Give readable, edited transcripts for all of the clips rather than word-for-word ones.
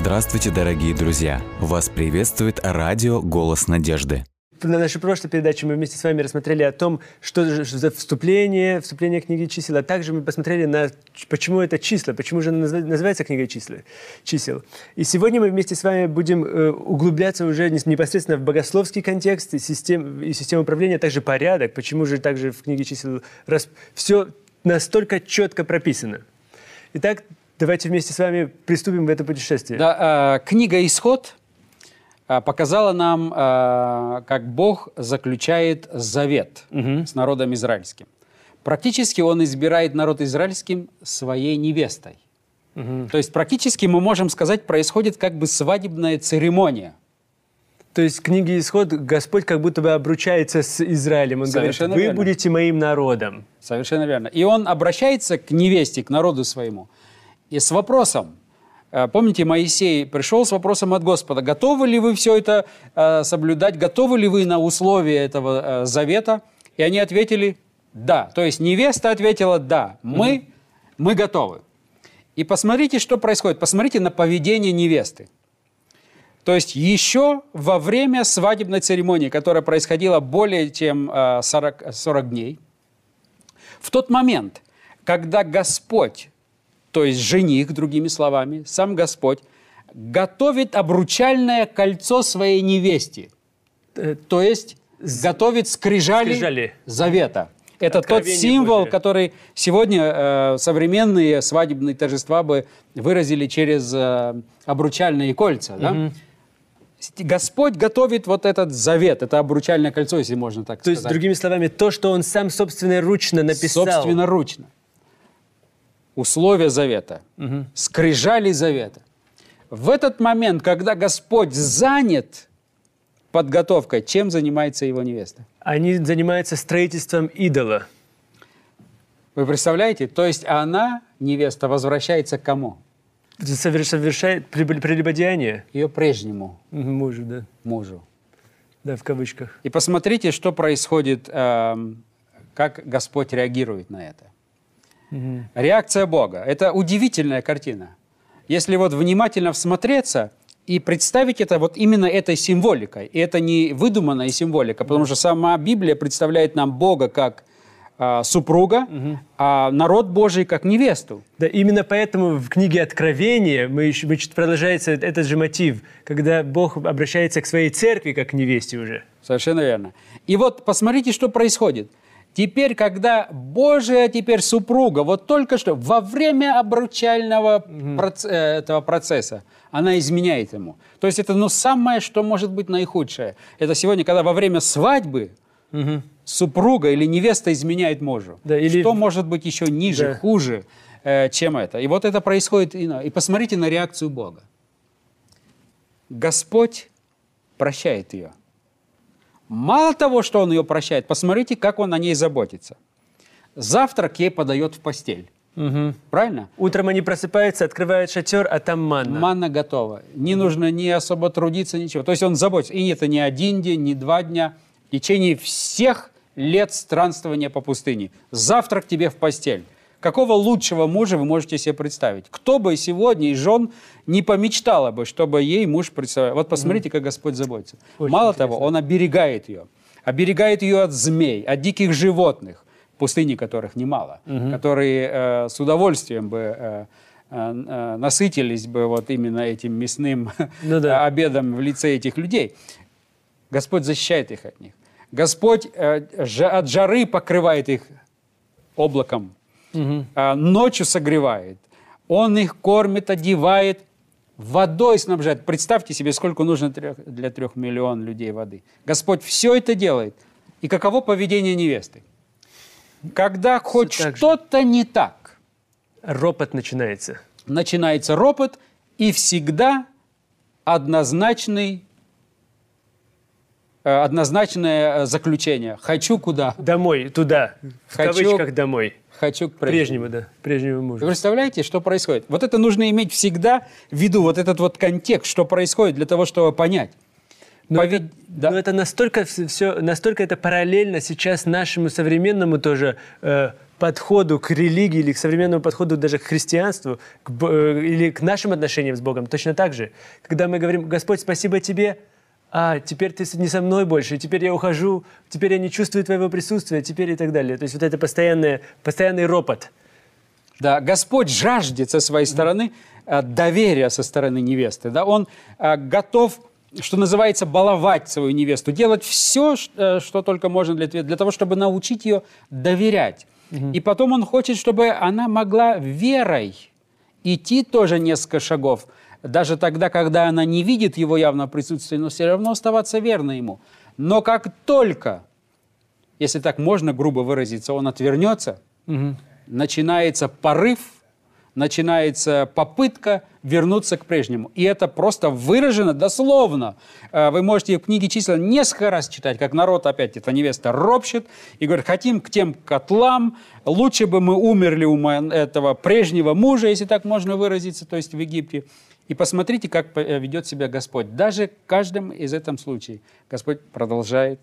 Здравствуйте, дорогие друзья! Вас приветствует радио «Голос надежды». В нашей прошлой передаче мы вместе с вами рассмотрели о том, что же за вступление книги чисел, а также мы посмотрели на, почему это числа, почему же называется книга чисел. И сегодня мы вместе с вами будем углубляться уже непосредственно в богословский контекст и систему управления, а также порядок, почему же также в книге чисел все настолько четко прописано. Итак, давайте вместе с вами приступим в это путешествие. Да, книга «Исход» показала нам, как Бог заключает завет с народом израильским. Практически Он избирает народ израильским своей невестой. То есть практически, мы можем сказать, происходит как бы свадебная церемония. То есть в книге «Исход» Господь как будто бы обручается с Израилем. Он Совершенно говорит, вы верно. будете моим народом. Совершенно верно. И Он обращается к невесте, к народу своему, и с вопросом. Помните, Моисей пришел с вопросом от Господа: готовы ли вы все это соблюдать, готовы ли вы на условия этого завета? И они ответили «да». То есть невеста ответила «да, мы готовы». И посмотрите, что происходит. Посмотрите на поведение невесты. То есть еще во время свадебной церемонии, которая происходила более чем 40 дней, в тот момент, когда Господь, то есть жених, другими словами, сам Господь, готовит обручальное кольцо своей невесте. То есть готовит скрижали завета. Это тот символ, Божие, который сегодня современные свадебные торжества бы выразили через обручальные кольца. Да? Господь готовит вот этот завет, это обручальное кольцо, если можно так сказать. То есть, другими словами, то, что Он сам собственноручно написал. Собственноручно. Условия завета, скрижали завета. В этот момент, когда Господь занят подготовкой, чем занимается его невеста? Они занимаются строительством идола. Вы представляете? То есть она, невеста, возвращается к кому? Совершает прелюбодеяние. Ее прежнему мужу, да. Мужу. Да, в кавычках. И посмотрите, что происходит, как Господь реагирует на это. Реакция Бога. Это удивительная картина. Если вот внимательно всмотреться и представить это вот именно этой символикой. И это не выдуманная символика, потому что сама Библия представляет нам Бога как супруга, а народ Божий как невесту. Да, именно поэтому в книге Откровения продолжается этот же мотив, когда Бог обращается к своей церкви как к невесте уже. Совершенно верно. И вот посмотрите, что происходит. Теперь, когда Божия супруга, вот только что, во время обручального этого процесса, она изменяет ему. То есть это самое, что может быть наихудшее. Это сегодня, когда во время свадьбы супруга или невеста изменяет мужу. Да, что может быть еще ниже, хуже, чем это? И вот это происходит. И посмотрите на реакцию Бога. Господь прощает ее. Мало того, что Он ее прощает, посмотрите, как Он о ней заботится. Завтрак ей подает в постель. Правильно? Утром они просыпаются, открывают шатер, а там манна. Манна готова. Не нужно ни особо трудиться, ничего. То есть Он заботится. И это не один день, не 2 дня. В течение всех лет странствования по пустыне. Завтрак тебе в постель. Какого лучшего мужа вы можете себе представить? Кто бы сегодня из жен не помечтала бы, чтобы ей муж представлял? Вот посмотрите, как Господь заботится. Очень Мало интересно. того, Он оберегает ее. Оберегает ее от змей, от диких животных, в пустыне которых немало, которые с удовольствием бы насытились бы вот именно этим мясным обедом в лице этих людей. Господь защищает их от них. Господь от жары покрывает их облаком. Ночью согревает, Он их кормит, одевает, водой снабжает. Представьте себе, сколько нужно для 3 миллионов людей воды. Господь все это делает. И каково поведение невесты? Когда хоть что-то не так, ропот начинается. Начинается ропот, и всегда однозначное заключение. Хочу куда? Домой, туда. В кавычках домой. Хочу к прежнему, прежнему мужу. Вы представляете, что происходит? Вот это нужно иметь всегда в виду, вот этот вот контекст, что происходит, для того, чтобы понять. Но это настолько это параллельно сейчас нашему современному тоже подходу к религии или к современному подходу даже к христианству или к нашим отношениям с Богом точно так же. Когда мы говорим: Господь, спасибо Тебе, теперь Ты не со мной больше, теперь я ухожу, теперь я не чувствую Твоего присутствия, теперь и так далее. То есть вот это постоянный ропот. Да, Господь жаждет со своей стороны доверия со стороны невесты. Да? Он готов, что называется, баловать свою невесту, делать все, что только можно для того, чтобы научить ее доверять. И потом он хочет, чтобы она могла верой идти тоже несколько шагов, даже тогда, когда она не видит его явного присутствия, но все равно оставаться верной ему. Но как только, если так можно грубо выразиться, он отвернется, начинается порыв, начинается попытка вернуться к прежнему. И это просто выражено дословно. Вы можете в книге «Числа» несколько раз читать, как народ опять, эта невеста, ропщет и говорит: хотим к тем котлам, лучше бы мы умерли у этого прежнего мужа, если так можно выразиться, то есть в Египте. И посмотрите, как ведет себя Господь. Даже в каждом из этом случае Господь продолжает.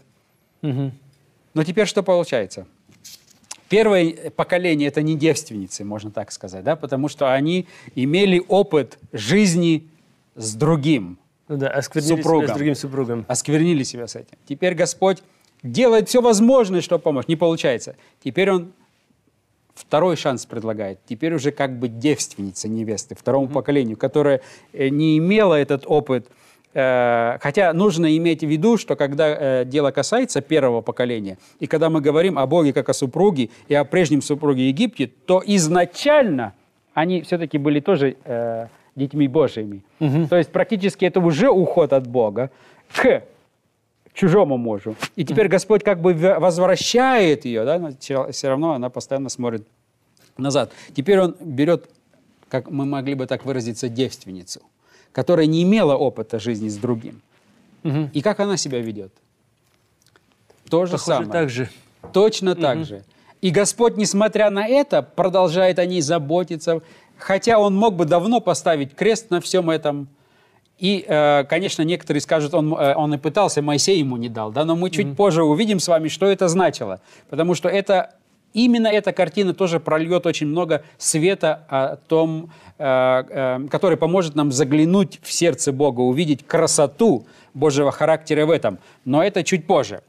Но теперь что получается? Первое поколение – это не девственницы, можно так сказать, да? Потому что они имели опыт жизни с другим осквернили супругом. себя с другим супругом. Осквернили себя с этим. Теперь Господь делает все возможное, чтобы помочь. Не получается. Теперь Он второй шанс предлагает. Теперь уже как бы девственница невесты, второму поколению, которая не имела этот опыт. Хотя нужно иметь в виду, что когда дело касается первого поколения, и когда мы говорим о Боге как о супруге и о прежнем супруге Египте, то изначально они все-таки были тоже детьми Божьими. То есть практически это уже уход от Бога к чужому мужу. И теперь Господь как бы возвращает ее, да, но все равно она постоянно смотрит назад. Теперь Он берет, как мы могли бы так выразиться, девственницу, которая не имела опыта жизни с другим. И как она себя ведет? То же самое. Так же. Точно так же. И Господь, несмотря на это, продолжает о ней заботиться, хотя Он мог бы давно поставить крест на всем этом. И, конечно, некоторые скажут, он и пытался, Моисей ему не дал, да? Но мы чуть позже увидим с вами, что это значило. Потому что именно эта картина тоже прольет очень много света о том, который поможет нам заглянуть в сердце Бога, увидеть красоту Божьего характера в этом. Но это чуть позже.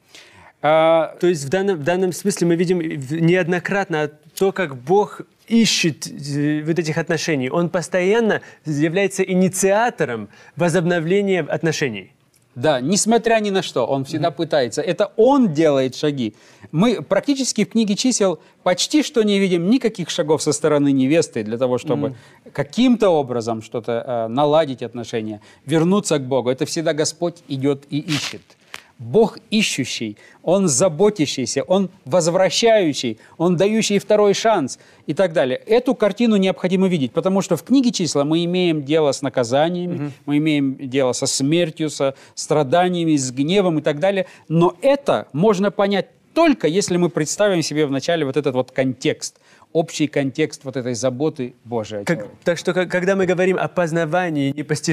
То есть в данном смысле мы видим неоднократно то, как Бог ищет вот этих отношений. Он постоянно является инициатором возобновления отношений. Да, несмотря ни на что, он всегда пытается. Это он делает шаги. Мы практически в книге «Чисел» почти что не видим никаких шагов со стороны невесты для того, чтобы каким-то образом что-то наладить отношения, вернуться к Богу. Это всегда Господь идет и ищет. Бог ищущий, Он заботящийся, Он возвращающий, Он дающий второй шанс и так далее. Эту картину необходимо видеть, потому что в книге «Числа» мы имеем дело с наказаниями, мы имеем дело со смертью, со страданиями, с гневом и так далее. Но это можно понять только если мы представим себе вначале вот этот вот контекст, общий контекст вот этой заботы Божией. Так что, когда мы говорим о познавании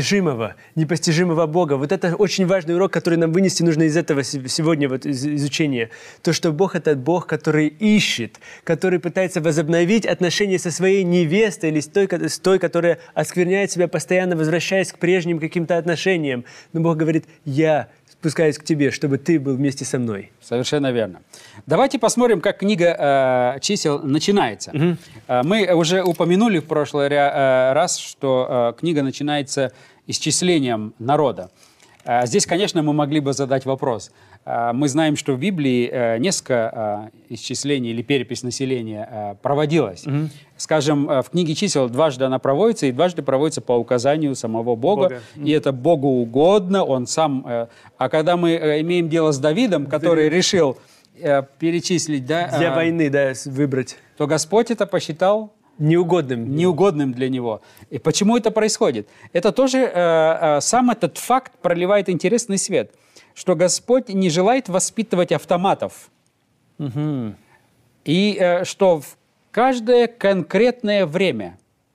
непостижимого Бога, вот это очень важный урок, который нам вынести нужно из этого сегодня, вот из изучения. То, что Бог – это Бог, который ищет, который пытается возобновить отношения со своей невестой или с той, которая оскверняет себя постоянно, возвращаясь к прежним каким-то отношениям. Но Бог говорит: «Я спускаюсь к тебе, чтобы ты был вместе со мной». Совершенно верно. Давайте посмотрим, как книга «Чисел» начинается. Мы уже упомянули в прошлый раз, что книга начинается исчислением народа. Здесь, конечно, мы могли бы задать вопрос. Мы знаем, что в Библии несколько исчислений или перепись населения проводилась. Скажем, в книге «Чисел» дважды она проводится, и дважды проводится по указанию самого Бога. И это Богу угодно, Он сам... А когда мы имеем дело с Давидом, который решил перечислить... Для войны, выбрать. То Господь это посчитал... Неугодным для него. И почему это происходит? Это тоже сам этот факт проливает интересный свет, что Господь не желает воспитывать автоматов. И что в каждое конкретное время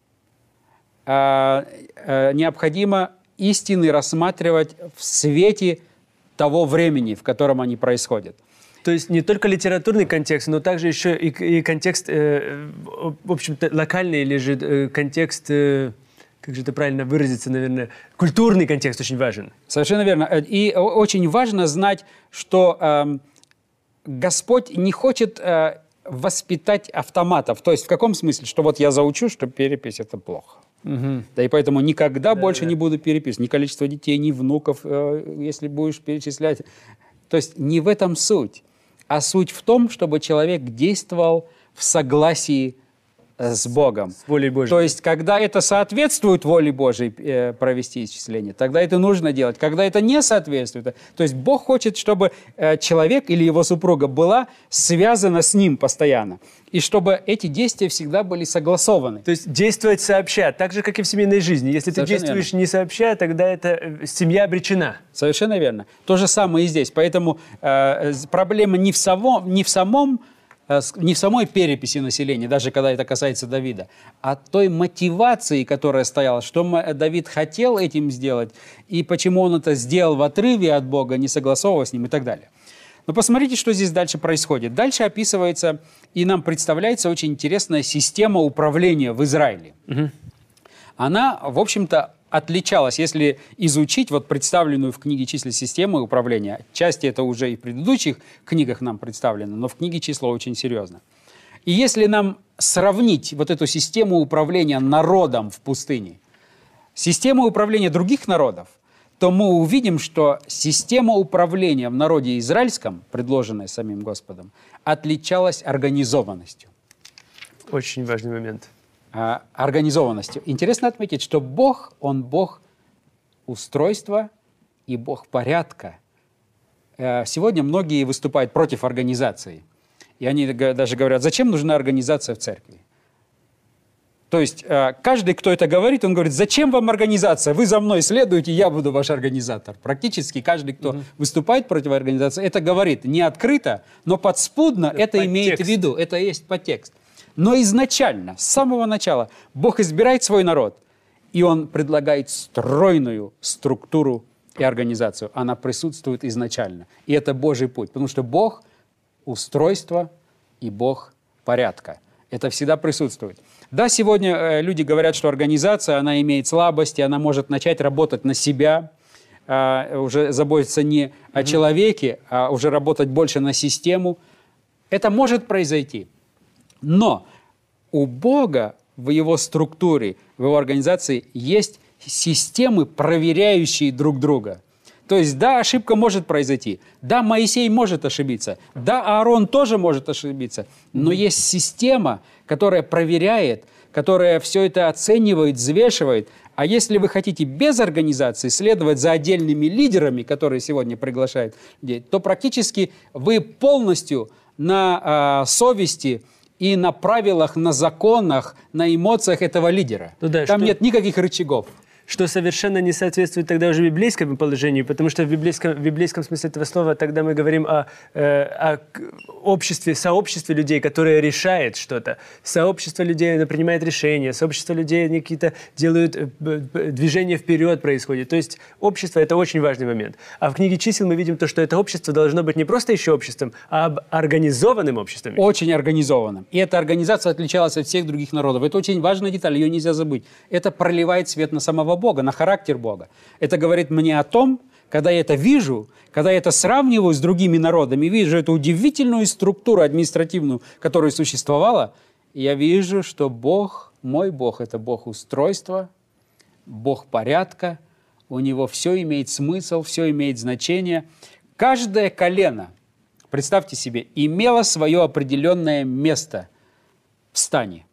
необходимо истины рассматривать в свете того времени, в котором они происходят. То есть не только литературный контекст, но также еще и контекст, в общем-то, локальный, или же контекст, как же это правильно выразиться, наверное, культурный контекст очень важен. Совершенно верно. И очень важно знать, что Господь не хочет воспитать автоматов. То есть в каком смысле? Что вот я заучу, что перепись – это плохо. Да и поэтому никогда больше не буду переписывать. Ни количество детей, ни внуков, если будешь перечислять. То есть не в этом суть. А суть в том, чтобы человек действовал в согласии с Богом. С волей Божьей. То есть, когда это соответствует воле Божьей провести исчисление, тогда это нужно делать. Когда это не соответствует, то есть Бог хочет, чтобы человек или его супруга была связана с ним постоянно. И чтобы эти действия всегда были согласованы. То есть действовать сообща, так же, как и в семейной жизни. Если ты действуешь не сообща, тогда эта семья обречена. Совершенно верно. То же самое и здесь. Поэтому проблема не в самой переписи населения, даже когда это касается Давида, а той мотивации, которая стояла, что Давид хотел этим сделать, и почему он это сделал в отрыве от Бога, не согласовывая с ним и так далее. Но посмотрите, что здесь дальше происходит. Дальше описывается и нам представляется очень интересная система управления в Израиле. Она, в общем-то, отличалась, если изучить вот представленную в книге «Числа» систему управления. Отчасти это уже и в предыдущих книгах нам представлено, но в книге «Числа» очень серьезно. И если нам сравнить вот эту систему управления народом в пустыне с системой управления других народов, то мы увидим, что система управления в народе израильском, предложенная самим Господом, отличалась организованностью. Очень важный момент. Организованностью. Интересно отметить, что Бог, Он Бог устройства и Бог порядка. Сегодня многие выступают против организации. И они даже говорят, зачем нужна организация в церкви? То есть каждый, кто это говорит, он говорит, зачем вам организация? Вы за мной следуете, я буду ваш организатор. Практически каждый, кто выступает против организации, это говорит не открыто, но подспудно это имеет в виду. Это и есть подтекст. Но изначально, с самого начала, Бог избирает свой народ, и Он предлагает стройную структуру и организацию. Она присутствует изначально. И это Божий путь, потому что Бог устройства и Бог порядка. Это всегда присутствует. Да, сегодня люди говорят, что организация, она имеет слабости, она может начать работать на себя, уже заботиться не о человеке, а уже работать больше на систему. Это может произойти. Но у Бога в Его структуре, в Его организации есть системы, проверяющие друг друга. То есть, да, ошибка может произойти, да, Моисей может ошибиться, да, Аарон тоже может ошибиться, но есть система, которая проверяет, которая все это оценивает, взвешивает. А если вы хотите без организации следовать за отдельными лидерами, которые сегодня приглашают людей, то практически вы полностью на совести и на правилах, на законах, на эмоциях этого лидера. Ну да, там нет никаких рычагов. Что совершенно не соответствует тогда уже библейскому положению, потому что в библейском смысле этого слова тогда мы говорим о обществе, сообществе людей, которое решает что-то. Сообщество людей принимает решения, сообщество людей какие-то делают движения вперед происходит. То есть общество – это очень важный момент. А в книге «Чисел» мы видим то, что это общество должно быть не просто еще обществом, а организованным обществом. Очень организованным. И эта организация отличалась от всех других народов. Это очень важная деталь, ее нельзя забыть. Это проливает свет на самого Бога, на характер Бога. Это говорит мне о том, когда я это вижу, когда я это сравниваю с другими народами, вижу эту удивительную структуру административную, которая существовала, я вижу, что Бог, мой Бог, это Бог устройства, Бог порядка, у Него все имеет смысл, все имеет значение. Каждое колено, представьте себе, имело свое определенное место в стане.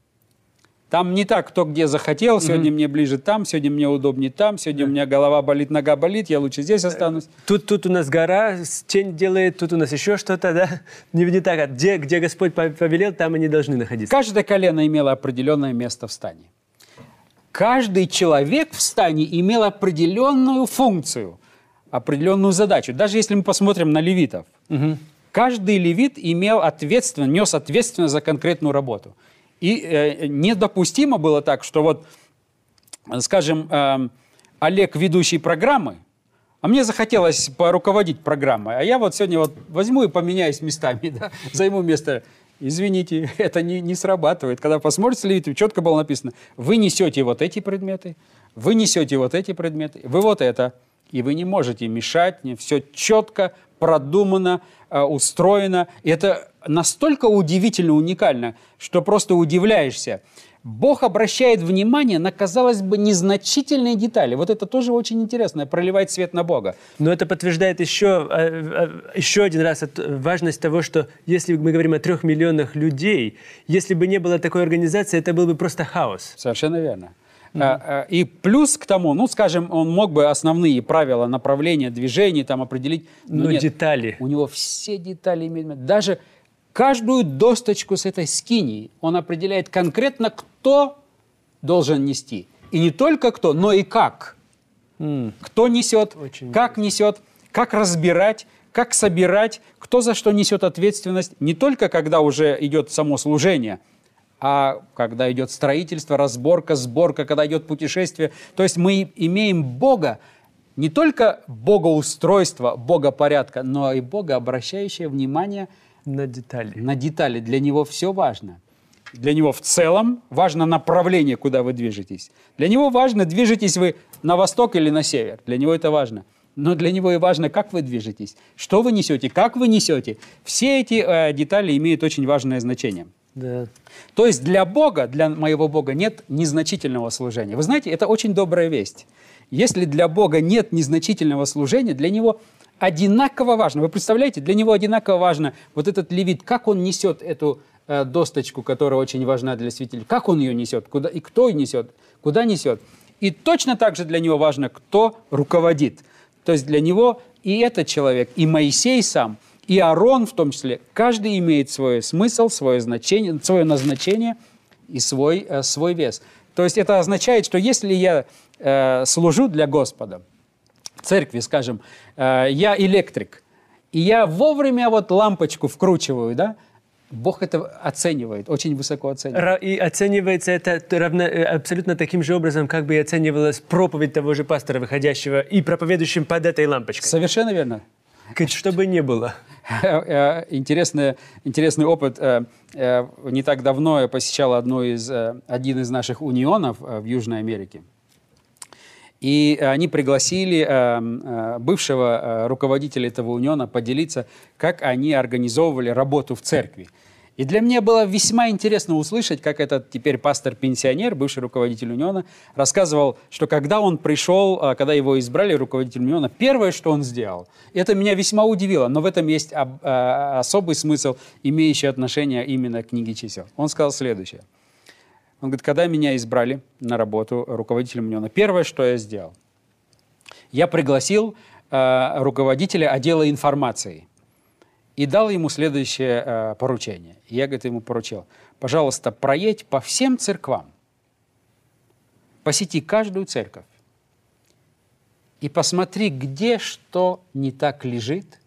Там не так, кто где захотел, сегодня мне ближе там, сегодня мне удобнее там, сегодня у меня голова болит, нога болит, я лучше здесь останусь. Тут у нас гора, тень делает, тут у нас еще что-то, да? Не так, где Господь повелел, там они должны находиться. Каждое колено имело определенное место в стане. Каждый человек в стане имел определенную функцию, определенную задачу. Даже если мы посмотрим на левитов, каждый левит нес ответственность за конкретную работу. И недопустимо было так, что вот, скажем, Олег, ведущий программы, А мне захотелось поруководить программой. А я вот сегодня вот возьму и поменяюсь местами, да, займу место. Извините, это не срабатывает. Когда посмотрите, Левитам, четко было написано, вы несете вот эти предметы, вы несете вот эти предметы, вы вот это. И вы не можете мешать, мне все четко, продумано, устроено. И это настолько удивительно, уникально, что просто удивляешься. Бог обращает внимание на, казалось бы, незначительные детали. Вот это тоже очень интересно, проливает свет на Бога. Но это подтверждает еще один раз важность того, что если мы говорим о 3 миллионах людей, если бы не было такой организации, это был бы просто хаос. Совершенно верно. И плюс к тому, ну, скажем, он мог бы основные правила направления движений там определить. Но нет, детали. У него все детали имеют. Даже каждую досточку с этой скинии он определяет конкретно, кто должен нести. И не только кто, но и как. Кто несет, как несет, как разбирать, как собирать, кто за что несет ответственность. Не только когда уже идет само служение, а когда идет строительство, разборка, сборка, когда идет путешествие. То есть мы имеем Бога, не только богоустройство, богопорядка, но и Бога, обращающее внимание на детали. На детали. Для Него все важно. Для Него в целом важно направление, куда вы движетесь. Для Него важно, движетесь вы на восток или на север. Для Него это важно. Но для Него и важно, как вы движетесь, что вы несете, как вы несете. Все эти детали имеют очень важное значение. Да. То есть для Бога, для моего Бога нет незначительного служения. Вы знаете, это очень добрая весть. Если для Бога нет незначительного служения, для Него одинаково важно. Вы представляете, для Него одинаково важно вот этот левит, как он несет эту досточку, которая очень важна для святителя, как он ее несет, куда, и кто ее несет, куда несет. И точно так же для Него важно, кто руководит. То есть для Него и этот человек, и Моисей сам, и Аарон в том числе, каждый имеет свой смысл, свое значение, свое назначение и свой вес. То есть это означает, что если я служу для Господа, в церкви, скажем, я электрик, и я вовремя вот лампочку вкручиваю, да, Бог это оценивает, очень высоко оценивает. И оценивается это абсолютно таким же образом, как бы и оценивалась проповедь того же пастора, выходящего и проповедующим под этой лампочкой. Совершенно верно. Что бы ни было. Интересный опыт. Не так давно я посещал один из наших унионов в Южной Америке. И они пригласили бывшего руководителя этого униона поделиться, как они организовывали работу в церкви. И для меня было весьма интересно услышать, как этот теперь пастор-пенсионер, бывший руководитель униона, рассказывал, что когда он пришел, когда его избрали руководителем униона, первое, что он сделал, это меня весьма удивило, но в этом есть особый смысл, имеющий отношение именно к книге чисел. Он сказал следующее. Он говорит, когда меня избрали на работу руководителем униона, первое, что я сделал, я пригласил руководителя отдела информации и дал ему следующее поручение. Я, говорит, ему поручил, пожалуйста, проедь по всем церквам, посети каждую церковь и посмотри, где что не так лежит,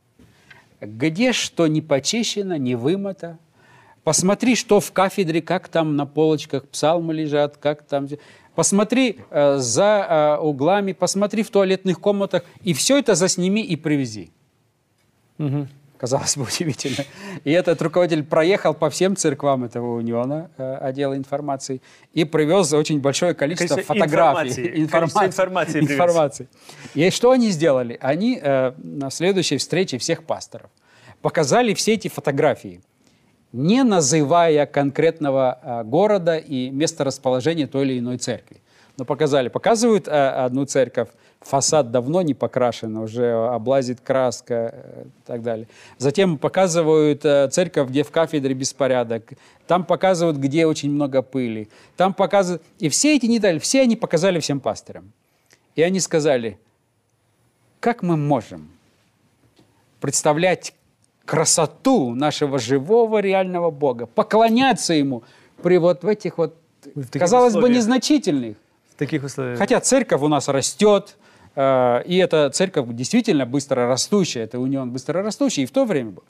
где что не почищено, не вымыто. Посмотри, что в кафедре, как там на полочках псалмы лежат, как там... Посмотри за углами, посмотри в туалетных комнатах, и все это засними и привези. Угу. Казалось бы, удивительно. И этот руководитель проехал по всем церквам этого униона, отдела информации, и привез очень большое количество фотографий. Информации. И что они сделали? Они на следующей встрече всех пасторов показали все эти фотографии, не называя конкретного города и месторасположения той или иной церкви. Но показывают одну церковь, фасад давно не покрашен, уже облазит краска и так далее. Затем показывают церковь, где в кафедре беспорядок. Там показывают, где очень много пыли. Там показывают... И все эти детали, все они показали всем пасторам. И они сказали, как мы можем представлять красоту нашего живого реального Бога, поклоняться Ему при вот в этих вот, казалось бы, незначительных. В таких условиях. Хотя церковь у нас растет, и эта церковь действительно быстро растущая, это унион быстро растущий, и в то время был.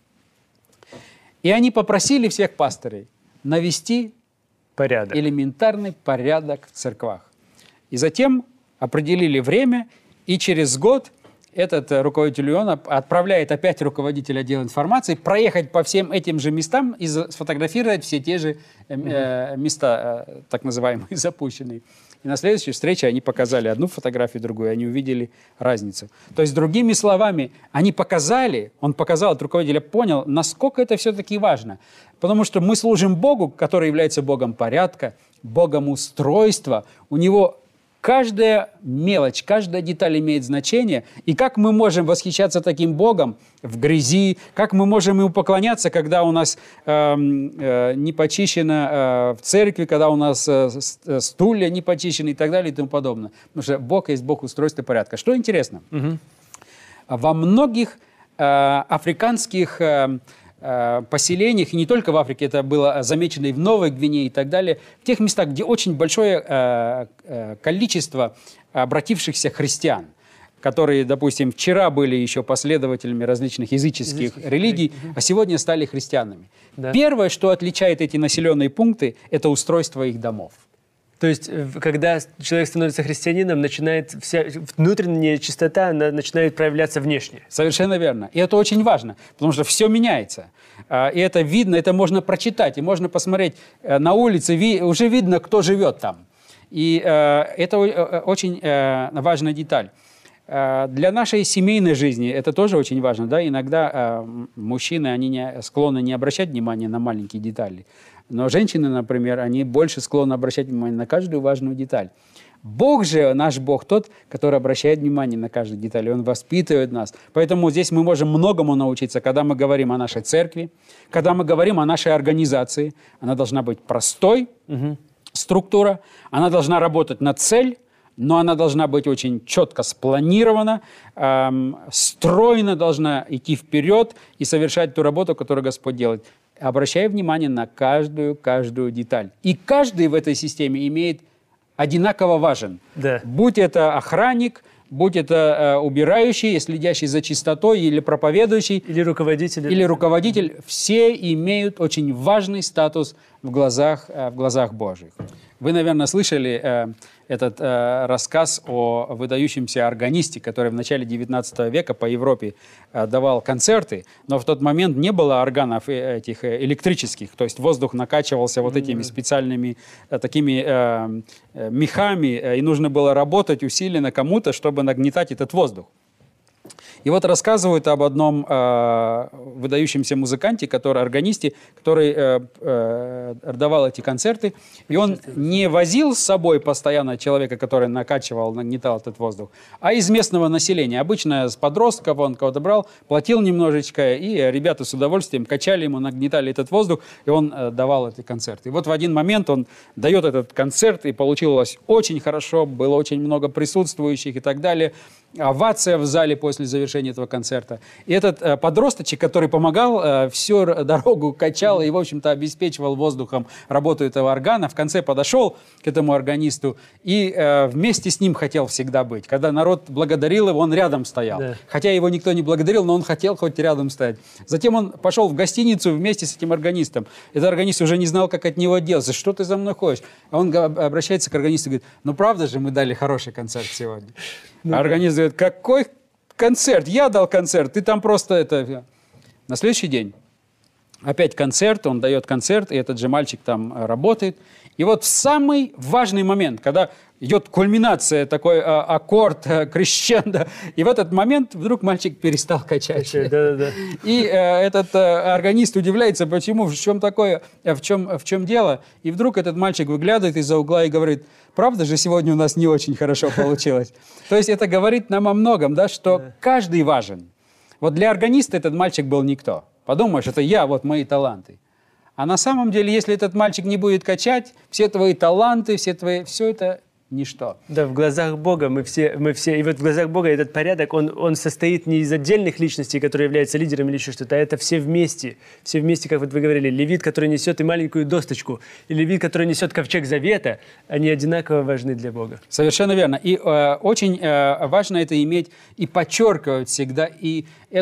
И они попросили всех пастырей навести элементарный порядок в церквах. И затем определили время, и через год этот руководитель ЮОНа отправляет опять руководителя отдела информации проехать по всем этим же местам и сфотографировать все те же места, так называемые, запущенные. И на следующей встрече они показали одну фотографию, другую, и они увидели разницу. То есть, другими словами, он показал, этот руководитель понял, насколько это все-таки важно. Потому что мы служим Богу, который является Богом порядка, Богом устройства. У него каждая мелочь, каждая деталь имеет значение. И как мы можем восхищаться таким Богом в грязи, как мы можем ему поклоняться, когда у нас не почищено в церкви, когда у нас стулья не почищены и так далее и тому подобное. Потому что Бог есть Бог устройства и порядка. Что интересно? Во многих африканских поселениях, и не только в Африке, это было замечено и в Новой Гвинее и так далее, в тех местах, где очень большое количество обратившихся христиан, которые, допустим, вчера были еще последователями различных языческих религий, а сегодня стали христианами. Да. Первое, что отличает эти населенные пункты, это устройство их домов. То есть, когда человек становится христианином, начинает вся внутренняя чистота начинает проявляться внешне. Совершенно верно. И это очень важно, потому что все меняется. И это видно, это можно прочитать, и можно посмотреть на улице, уже видно, кто живет там. И это очень важная деталь. Для нашей семейной жизни это тоже очень важно. Да? Иногда мужчины они склонны не обращать внимания на маленькие детали. Но женщины, например, они больше склонны обращать внимание на каждую важную деталь. Бог же, наш Бог, тот, который обращает внимание на каждую деталь, и Он воспитывает нас. Поэтому здесь мы можем многому научиться, когда мы говорим о нашей церкви, когда мы говорим о нашей организации. Она должна быть простой, структура, она должна работать на цель, но она должна быть очень четко спланирована, стройно должна идти вперед и совершать ту работу, которую Господь делает. Обращая внимание на каждую деталь. И каждый в этой системе имеет одинаково важен. Да. Будь это охранник, будь это убирающий, следящий за чистотой, или проповедующий, или руководитель, все имеют очень важный статус в глазах Божьих. Вы, наверное, слышали этот рассказ о выдающемся органисте, который в начале XIX века по Европе давал концерты, но в тот момент не было органов этих электрических, то есть воздух накачивался вот этими специальными такими мехами, и нужно было работать усиленно кому-то, чтобы нагнетать этот воздух. И вот рассказывают об одном выдающемся музыканте, органисте, который давал эти концерты. И он не возил с собой постоянно человека, который нагнетал этот воздух, а из местного населения. Обычно с подростков он кого-то брал, платил немножечко, и ребята с удовольствием качали ему, нагнетали этот воздух, и он давал эти концерты. И вот в один момент он дает этот концерт, и получилось очень хорошо, было очень много присутствующих и так далее. Овация в зале после завершения этого концерта. И этот подросточек, который помогал, всю дорогу качал и, в общем-то, обеспечивал воздухом работу этого органа, в конце подошел к этому органисту и вместе с ним хотел всегда быть. Когда народ благодарил его, он рядом стоял. Да. Хотя его никто не благодарил, но он хотел хоть рядом стоять. Затем он пошел в гостиницу вместе с этим органистом. Этот органист уже не знал, как от него отделаться. Что ты за мной ходишь? А он обращается к органисту и говорит: ну правда же мы дали хороший концерт сегодня? А органист говорит: какой концерт? Я дал концерт, ты там просто это... На следующий день опять концерт, он дает концерт, и этот же мальчик там работает. И вот в самый важный момент, когда идет кульминация, такой аккорд, крещендо, и в этот момент вдруг мальчик перестал качать. И этот органист удивляется, почему, в чем такое, в чем дело. И вдруг этот мальчик выглядывает из-за угла и говорит: правда же сегодня у нас не очень хорошо получилось? То есть это говорит нам о многом, да, что каждый важен. Вот для органиста этот мальчик был никто. Подумаешь, это я, вот мои таланты. А на самом деле, если этот мальчик не будет качать, все твои таланты, все это ничто. Да, в глазах Бога мы все, и вот в глазах Бога этот порядок, он состоит не из отдельных личностей, которые являются лидерами или еще что-то, а это все вместе, как вот вы говорили, левит, который несет и маленькую досточку, и левит, который несет ковчег завета, они одинаково важны для Бога. Совершенно верно. И очень важно это иметь и подчеркивать всегда, и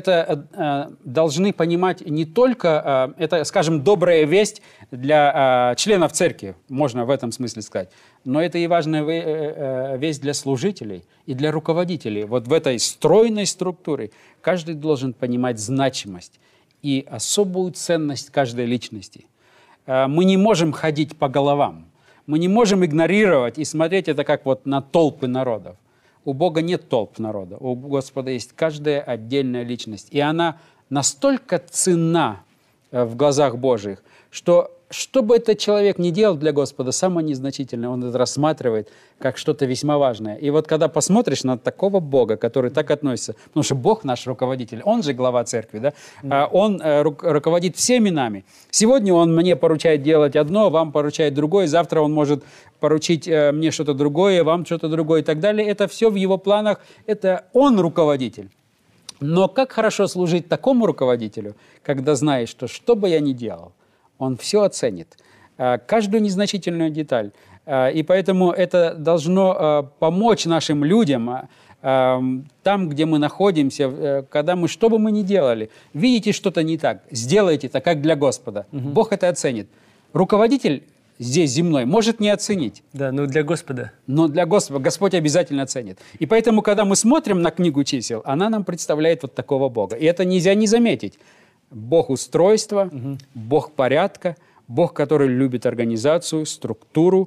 это должны понимать не только, это, скажем, добрая весть для членов церкви, можно в этом смысле сказать, но это и важная весть для служителей и для руководителей. Вот в этой стройной структуре каждый должен понимать значимость и особую ценность каждой личности. Мы не можем ходить по головам. Мы не можем игнорировать и смотреть это как вот на толпы народов. У Бога нет толп народа. У Господа есть каждая отдельная личность. И она настолько ценна в глазах Божьих, что бы этот человек ни делал для Господа, самое незначительное, он это рассматривает как что-то весьма важное. И вот когда посмотришь на такого Бога, который так относится, потому что Бог наш руководитель, Он же глава церкви, да? Он руководит всеми нами. Сегодня Он мне поручает делать одно, вам поручает другое, завтра Он может поручить мне что-то другое, вам что-то другое и так далее. Это все в Его планах, это Он руководитель. Но как хорошо служить такому руководителю, когда знаешь, что бы я ни делал, он все оценит, каждую незначительную деталь. И поэтому это должно помочь нашим людям там, где мы находимся, когда мы, что бы мы ни делали, видите что-то не так, сделайте это как для Господа. Бог это оценит. Руководитель здесь земной может не оценить. Да, но для Господа. Но для Господа Господь обязательно оценит. И поэтому, когда мы смотрим на книгу чисел, она нам представляет вот такого Бога. И это нельзя не заметить. Бог устройства, Бог порядка, Бог, который любит организацию, структуру.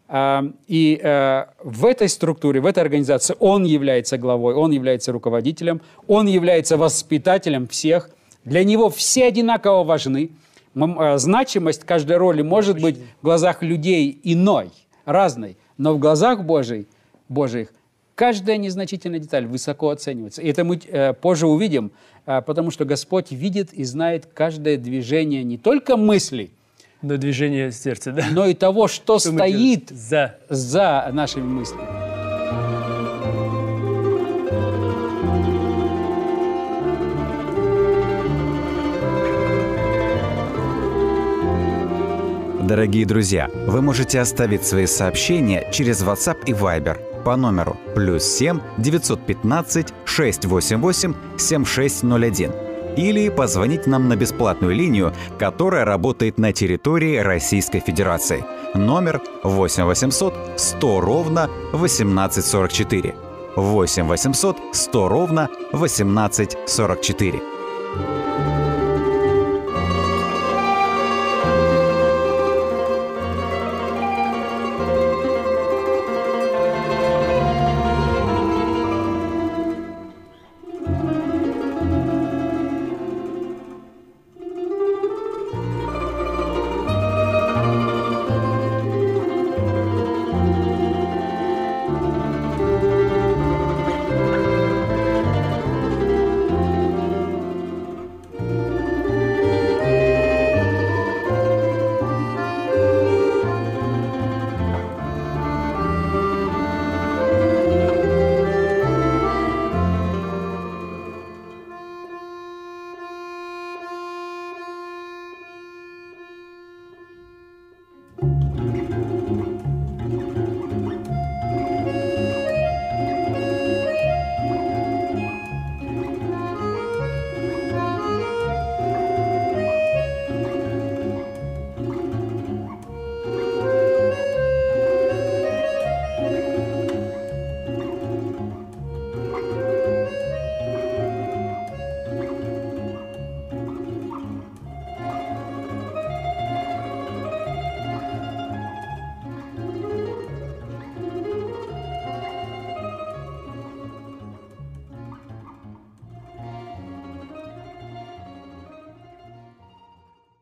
И в этой структуре, в этой организации Он является главой, Он является руководителем, Он является воспитателем всех. Для Него все одинаково важны. Значимость каждой роли может быть в глазах людей иной, разной, но в глазах Божьих каждая незначительная деталь высоко оценивается. И это мы позже увидим, потому что Господь видит и знает каждое движение не только мыслей, но движение сердца, да? Но и того, что стоит за нашими мыслями. Дорогие друзья, вы можете оставить свои сообщения через WhatsApp и Viber по номеру +7 915 688 7601 или позвонить нам на бесплатную линию, которая работает на территории Российской Федерации. Номер 8 800 100 ровно 1844. 8 800 100 ровно 1844.